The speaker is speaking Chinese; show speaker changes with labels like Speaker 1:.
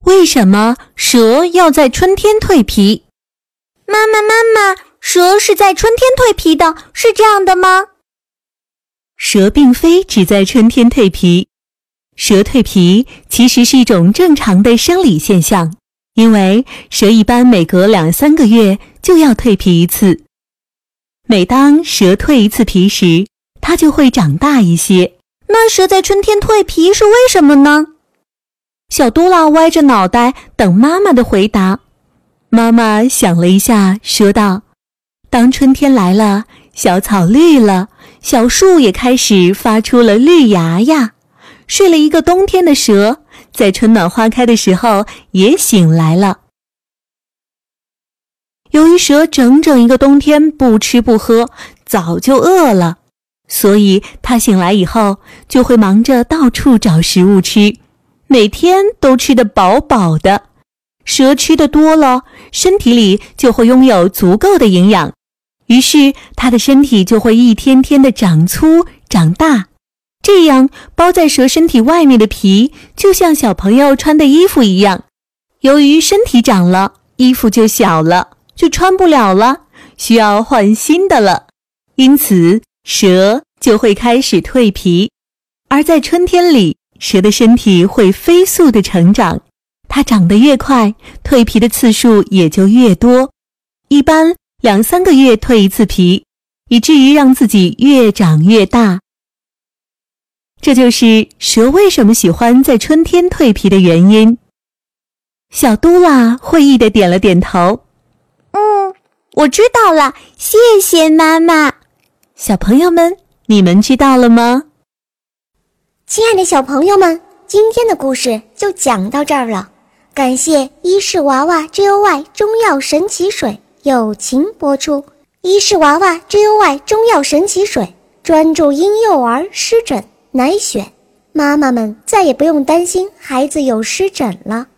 Speaker 1: 为什么蛇要在春天蜕皮？
Speaker 2: 妈妈，蛇是在春天蜕皮的，是这样的吗？
Speaker 1: 蛇并非只在春天蜕皮，蛇蜕皮其实是一种正常的生理现象，因为蛇一般每隔2-3个月就要蜕皮一次。每当蛇蜕一次皮时，它就会长大一些。
Speaker 2: 那蛇在春天蜕皮是为什么呢？
Speaker 1: 小多拉歪着脑袋等妈妈的回答。妈妈想了一下，说道：当春天来了，小草绿了，小树也开始发出了绿芽呀。睡了一个冬天的蛇，在春暖花开的时候也醒来了。由于蛇整整一个冬天不吃不喝，早就饿了，所以它醒来以后就会忙着到处找食物吃，每天都吃得饱饱的。蛇吃得多了，身体里就会拥有足够的营养，于是它的身体就会一天天的长粗长大。这样包在蛇身体外面的皮就像小朋友穿的衣服一样，由于身体长了，衣服就小了，就穿不了了，需要换新的了，因此蛇就会开始蜕皮。而在春天里，蛇的身体会飞速的成长，它长得越快，蜕皮的次数也就越多，一般2-3个月蜕一次皮，以至于让自己越长越大。这就是蛇为什么喜欢在春天蜕皮的原因。小嘟啦会意地点了点头。
Speaker 2: 我知道了，谢谢妈妈。
Speaker 1: 小朋友们，你们知道了吗？
Speaker 3: 亲爱的小朋友们，今天的故事就讲到这儿了。感谢伊氏娃娃 JOY 中药神奇水友情播出。伊氏娃娃 JOY 中药神奇水专注婴幼儿湿疹奶癣，妈妈们再也不用担心孩子有湿疹了。